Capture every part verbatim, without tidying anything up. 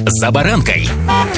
«За баранкой».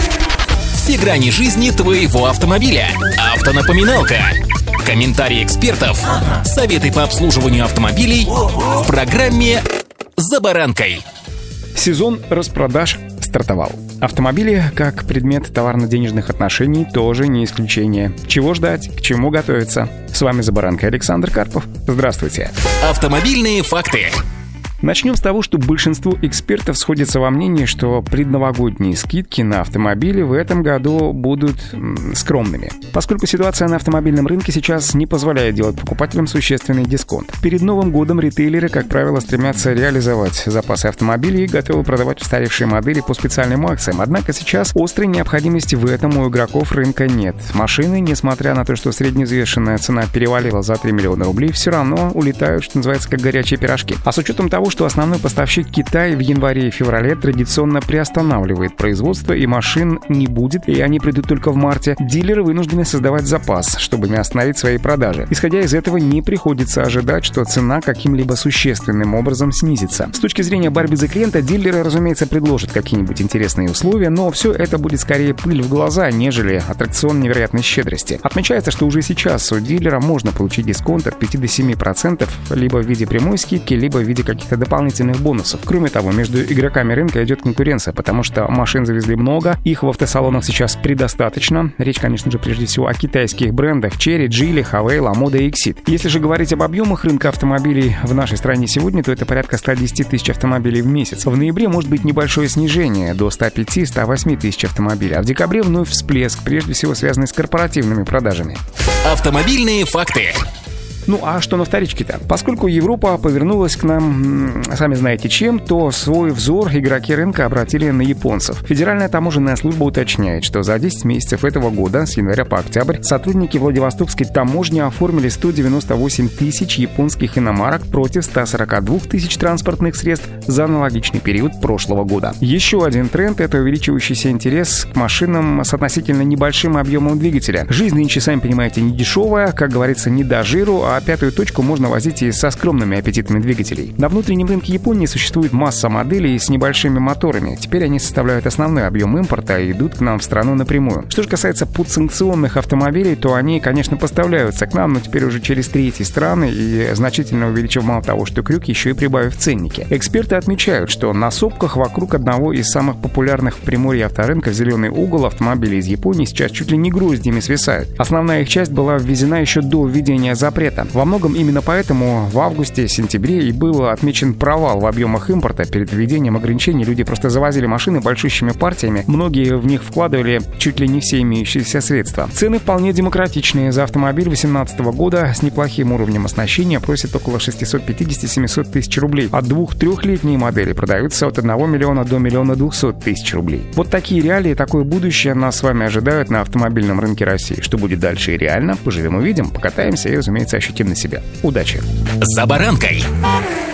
Все грани жизни твоего автомобиля. Автонапоминалка. Комментарии экспертов. Советы по обслуживанию автомобилей в программе «За баранкой». Сезон распродаж стартовал. Автомобили, как предмет товарно-денежных отношений, тоже не исключение. Чего ждать, к чему готовиться? С вами «За баранкой» Александр Карпов. Здравствуйте. Автомобильные факты. Начнем с того, что большинство экспертов сходятся во мнении, что предновогодние скидки на автомобили в этом году будут м, скромными, поскольку ситуация на автомобильном рынке сейчас не позволяет делать покупателям существенный дисконт. Перед Новым годом ритейлеры, как правило, стремятся реализовать запасы автомобилей и готовы продавать устаревшие модели по специальным акциям. Однако сейчас острой необходимости в этом у игроков рынка нет. Машины, несмотря на то, что средневзвешенная цена перевалила за три миллиона рублей, все равно улетают, что называется, как горячие пирожки. А с учетом того, что основной поставщик Китай в январе и феврале традиционно приостанавливает производство, и машин не будет, и они придут только в марте, дилеры вынуждены создавать запас, чтобы не остановить свои продажи. Исходя из этого, не приходится ожидать, что цена каким-либо существенным образом снизится. С точки зрения борьбы за клиента, дилеры, разумеется, предложат какие-нибудь интересные условия, но все это будет скорее пыль в глаза, нежели аттракцион невероятной щедрости. Отмечается, что уже сейчас у дилера можно получить дисконт от пяти до семи процентов либо в виде прямой скидки, либо в виде каких-то дополнительных бонусов. Кроме того, между игроками рынка идет конкуренция, потому что машин завезли много, их в автосалонах сейчас предостаточно. Речь, конечно же, прежде всего о китайских брендах Chery, Geely, Havail, Lamoda и Exit. Если же говорить об объемах рынка автомобилей в нашей стране сегодня, то это порядка ста десяти тысяч автомобилей в месяц. В ноябре может быть небольшое снижение до ста пяти — ста восьми тысяч автомобилей, а в декабре вновь всплеск, прежде всего связанный с корпоративными продажами. Автомобильные факты. Ну а что на вторичке-то? Поскольку Европа повернулась к нам, сами знаете чем, то свой взор игроки рынка обратили на японцев. Федеральная таможенная служба уточняет, что за десять месяцев этого года, с января по октябрь, сотрудники Владивостокской таможни оформили сто девяносто восемь тысяч японских иномарок против ста сорока двух тысяч транспортных средств за аналогичный период прошлого года. Еще один тренд — это увеличивающийся интерес к машинам с относительно небольшим объемом двигателя. Жизнь нынче, сами понимаете, не дешевая, как говорится, не до жиру, а пятую точку можно возить и со скромными аппетитами двигателей. На внутреннем рынке Японии существует масса моделей с небольшими моторами. Теперь они составляют основной объем импорта и идут к нам в страну напрямую. Что же касается подсанкционных автомобилей, то они, конечно, поставляются к нам, но теперь уже через третьи страны и значительно увеличив мало того, что крюк, еще и прибавив ценники. Эксперты отмечают, что на сопках вокруг одного из самых популярных в Приморье авторынков «Зеленый угол» автомобили из Японии сейчас чуть ли не гроздями свисают. Основная их часть была ввезена еще до введения запрета. Во многом именно поэтому в августе-сентябре и был отмечен провал в объемах импорта. Перед введением ограничений люди просто завозили машины большущими партиями. Многие в них вкладывали чуть ли не все имеющиеся средства. Цены вполне демократичные. За автомобиль две тысячи восемнадцатого года с неплохим уровнем оснащения просят около шестьсот пятьдесят — семьсот тысяч рублей. А двух-трехлетние модели продаются от одного миллиона до миллиона двухсот тысяч рублей. Вот такие реалии, такое будущее нас с вами ожидают на автомобильном рынке России. Что будет дальше и реально, поживем увидим, покатаемся и, разумеется, ощутим на себя. Удачи! «За баранкой».